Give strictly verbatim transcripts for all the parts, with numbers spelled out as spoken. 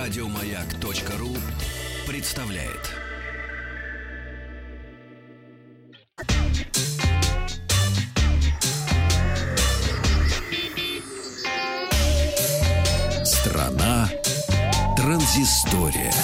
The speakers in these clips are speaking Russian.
Радиомаяк.ру представляет. Страна транзистория.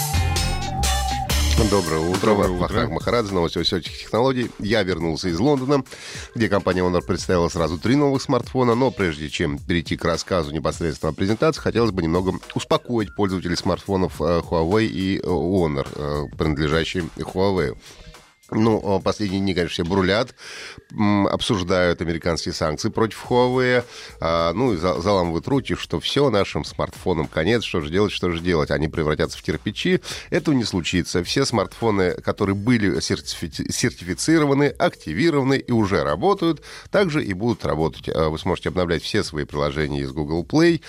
Доброе утро. Вахтанг Махарадзе, новости высоких технологий. Я вернулся из Лондона, где компания Honor представила сразу три новых смартфона. Но прежде чем перейти к рассказу непосредственно о презентации, хотелось бы немного успокоить пользователей смартфонов Huawei и Honor, принадлежащие Huawei. Ну, последние дни, конечно, все брулят, обсуждают американские санкции против Huawei, ну, и заламывают руки, что все, нашим смартфонам конец, что же делать, что же делать, они превратятся в кирпичи. Этого не случится. Все смартфоны, которые были сертифи- сертифицированы, активированы и уже работают, также и будут работать. Вы сможете обновлять все свои приложения из Google Play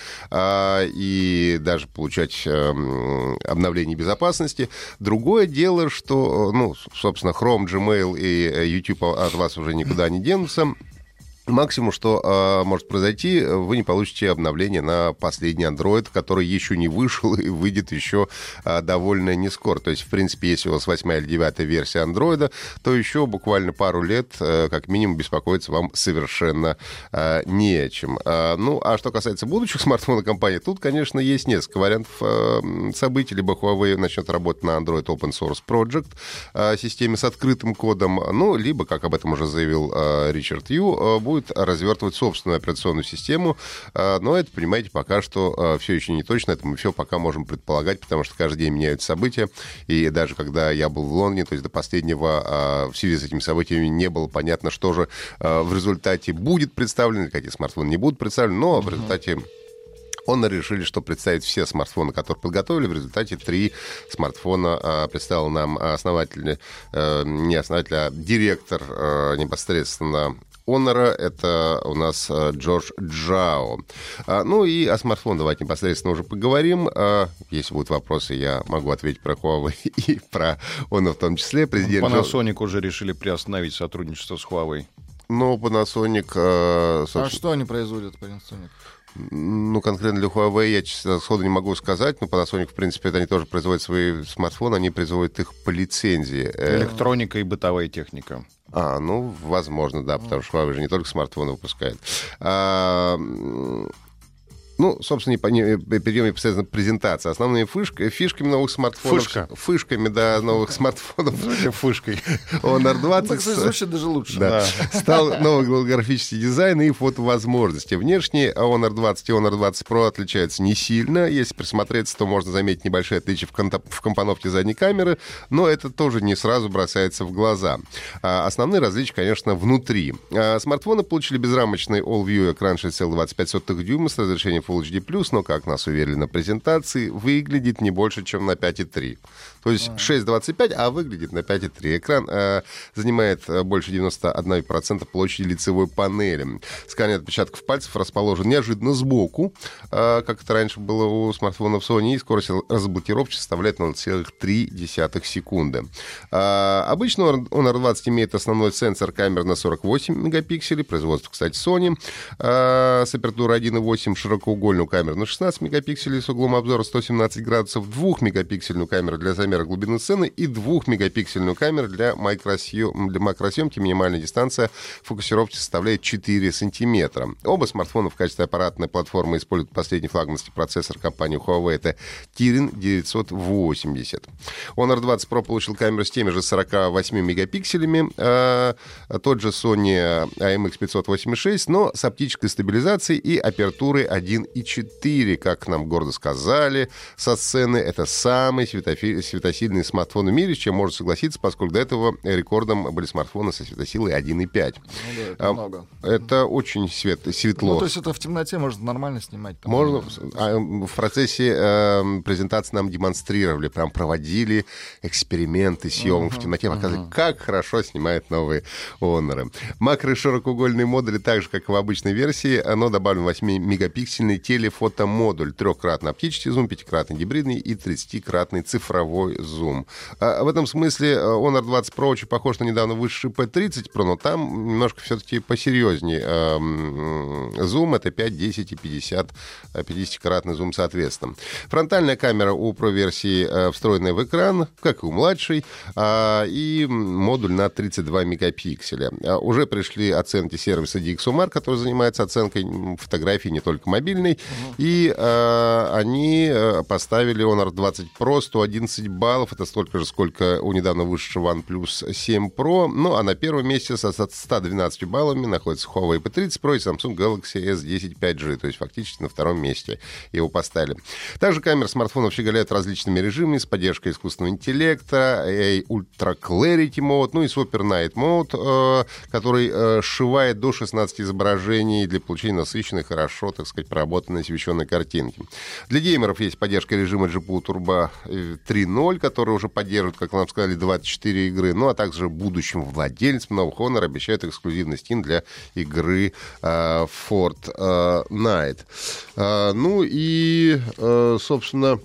и даже получать обновления безопасности. Другое дело, что, ну, собственно, Chrome, Gmail и YouTube от вас уже никуда не денутся. Максимум, что э, может произойти, вы не получите обновление на последний Android, который еще не вышел и выйдет еще э, довольно не скоро. То есть, в принципе, если у вас восьмая или девятая версия Android, то еще буквально пару лет, э, как минимум, беспокоиться вам совершенно э, не о чем. Э, ну, а что касается будущих смартфонов компании, тут, конечно, есть несколько вариантов э, событий. Либо Huawei начнет работать на Android Open Source Project, э, системе с открытым кодом, ну, либо, как об этом уже заявил э, Ричард Ю, э, будет развертывать собственную операционную систему, но это, понимаете, пока что все еще не точно, это мы все пока можем предполагать, потому что каждый день меняются события, и даже когда я был в Лондоне, то есть до последнего в связи с этими событиями не было понятно, что же в результате будет представлено, какие смартфоны не будут представлены, но в результате Honor решили, что представить все смартфоны, которые подготовили. В результате три смартфона а, представил нам основатель, а, не основатель, а директор а, непосредственно Honor. Это у нас а, Джордж Джао. А, ну и о смартфоне давайте непосредственно уже поговорим. А, если будут вопросы, я могу ответить про Huawei и про Honor в том числе. Президент Panasonic Джо... уже решили приостановить сотрудничество с Huawei. Ну, Panasonic... А, собственно... а что они производят, Panasonic? Ну, конкретно для Huawei я честно, сходу не могу сказать, но Panasonic, в принципе, это они тоже производят свои смартфоны, они производят их по лицензии. Электроника и бытовая техника. А, ну, возможно, да, потому что Huawei же не только смартфоны выпускает. А... Ну, собственно, не, перейдем непосредственно к презентации. Основными фишками, фишками новых смартфонов... Фишка. Фишками, да, новых смартфонов. Фишкой. Honor двадцать. Ну, так, кстати, звучит даже лучше. Да. Да. Стал новый голографический дизайн и фотовозможности. Внешне Honor двадцать и Honor двадцать Pro отличаются не сильно. Если присмотреться, то можно заметить небольшие отличия в, контап- в компоновке задней камеры, но это тоже не сразу бросается в глаза. А основные различия, конечно, внутри. А смартфоны получили безрамочный All-View экран шесть целых двадцать пять сотых дюйма с разрешением Full эйч ди плюс, но, как нас уверили на презентации, выглядит не больше, чем на пять и три. То есть шесть двадцать пять, а выглядит на пять и три. Экран э, занимает больше девяносто один процент площади лицевой панели. Сканер отпечатков пальцев расположен неожиданно сбоку, э, как это раньше было у смартфонов Sony, и скорость разблокировки составляет ноль целых три десятых секунды. Э, обычно Honor двадцать имеет основной сенсор камер на сорок восемь мегапикселей, производство, кстати, Sony, э, с апертурой один и восемь, широкоугольную камеру на шестнадцать мегапикселей с углом обзора сто семнадцать градусов, двухмегапиксельную камеру для замера глубины сцены и двухмегапиксельную камеру для, макросъем... для макросъемки. Минимальная дистанция фокусировки составляет четыре сантиметра. Оба смартфона в качестве аппаратной платформы используют последний флагманский процессор компании Huawei. Это Kirin девятьсот восемьдесят. Honor двадцать Pro получил камеру с теми же сорок восемь мегапикселями. А тот же Sony эй эм икс пятьсот восемьдесят шесть, но с оптической стабилизацией и апертурой один и четыре. Как нам гордо сказали со сцены, это самый светофи... светосильный смартфон в мире, с чем можно согласиться, поскольку до этого рекордом были смартфоны со светосилой один и пять. Ну да, это а, много. Это очень свет... светло. Ну, то есть это в темноте можно нормально снимать. Там, можно. А, в процессе э, презентации нам демонстрировали, прям проводили эксперименты, съемок uh-huh, в темноте, показывали, uh-huh. как хорошо снимают новые Honor. Макро- и широкоугольные модули, так же, как и в обычной версии, но добавлен восьмимегапиксельный телефотомодуль. Трехкратный оптический зум, пятикратный гибридный и тридцатикратный цифровой зум. А в этом смысле Honor двадцать Pro очень похож на недавно вышедший пи тридцать Pro, но там немножко все-таки посерьезнее зум. Это пять, десять и пятьдесят, пятидесятикратный зум соответственно. Фронтальная камера у Pro-версии встроенная в экран, как и у младшей, и модуль на тридцать два мегапикселя. Уже пришли оценки сервиса ди экс о Mark, который занимается оценкой фотографий не только мобильной, uh-huh. и э, они поставили Honor двадцать Pro сто одиннадцать баллов, это столько же, сколько у недавно вышедшего OnePlus семь Pro, ну а на первом месте со ста двенадцатью баллами находится Huawei пи тридцать Pro и Samsung Galaxy эс десять пять джи, то есть фактически на втором месте его поставили. Также камеры смартфонов щеголяют различными режимами с поддержкой искусственного интеллекта, Ultra Clarity Mode, ну и Super Night Mode, э, который э, сшивает до шестнадцати изображений для получения насыщенной, хорошо, так сказать, проработанной освещенной картинки. Для геймеров есть поддержка режима джи пи ю Turbo три ноль, который уже поддерживает, как нам сказали, двадцать четыре игры, ну а также будущим владельцам новых Honor обещают эксклюзивный скин для игры э, Fortnite. Э, ну и, э, собственно...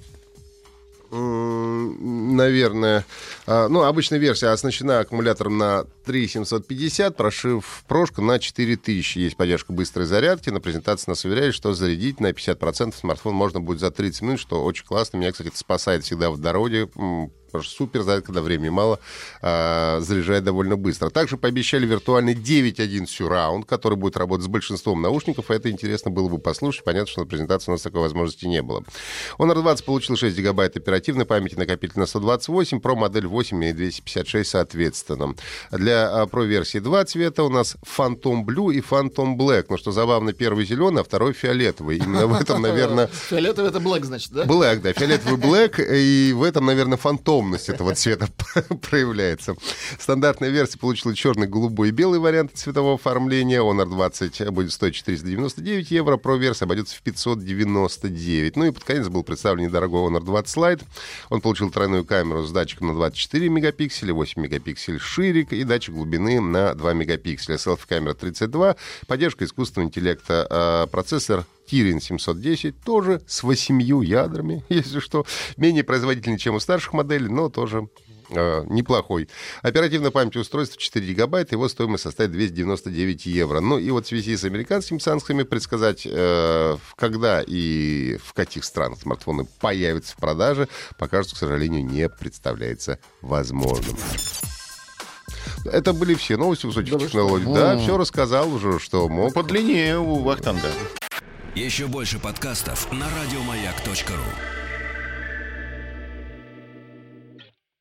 наверное, ну, обычная версия оснащена аккумулятором на три тысячи семьсот пятьдесят, прошив прошка на четыре тысячи. Есть поддержка быстрой зарядки. На презентации нас уверяли, что зарядить на пятьдесят процентов смартфон можно будет за тридцать минут, что очень классно. Меня, кстати, это спасает всегда в дороге. Супер заряд, когда времени мало, а, заряжает довольно быстро. Также пообещали виртуальный девять точка один Surround, который будет работать с большинством наушников, и это интересно было бы послушать. Понятно, что на презентации у нас такой возможности не было. Honor двадцать получил шесть гигабайт оперативной памяти, накопитель на сто двадцать восемь, Pro модель восемь и двести пятьдесят шесть соответственно. Для Pro версии два цвета у нас Phantom Blue и Phantom Black. Но что забавно, первый зеленый, а второй фиолетовый. Именно в этом, наверное... Фиолетовый — это Black, значит, да? Black, да. Фиолетовый Black, и в этом, наверное, фантом этого цвета проявляется. Стандартная версия получила черный, голубой и белый варианты цветового оформления. Honor двадцать будет стоить четыреста девяносто девять евро, Pro версия обойдется в пятьсот девяносто девять. Ну и под конец был представлен недорогой Honor двадцать Lite. Он получил тройную камеру с датчиком на двадцать четыре мегапикселя, восемь мегапикселей ширик и датчик глубины на два мегапикселя. Селфи-камера тридцать два, поддержка искусственного интеллекта, процессор Kirin семьсот десять, тоже с восемью ядрами, если что. Менее производительный, чем у старших моделей, но тоже э, неплохой. Оперативная память устройства четыре гигабайта, его стоимость составит двести девяносто девять евро. Ну и вот в связи с американскими санкциями предсказать, э, когда и в каких странах смартфоны появятся в продаже, пока что, к сожалению, не представляется возможным. Это были все новости высоких да технологий. Да, все рассказал уже, что мог. Подлиннее у Вахтанга. Еще больше подкастов на радиомаяк точка ру.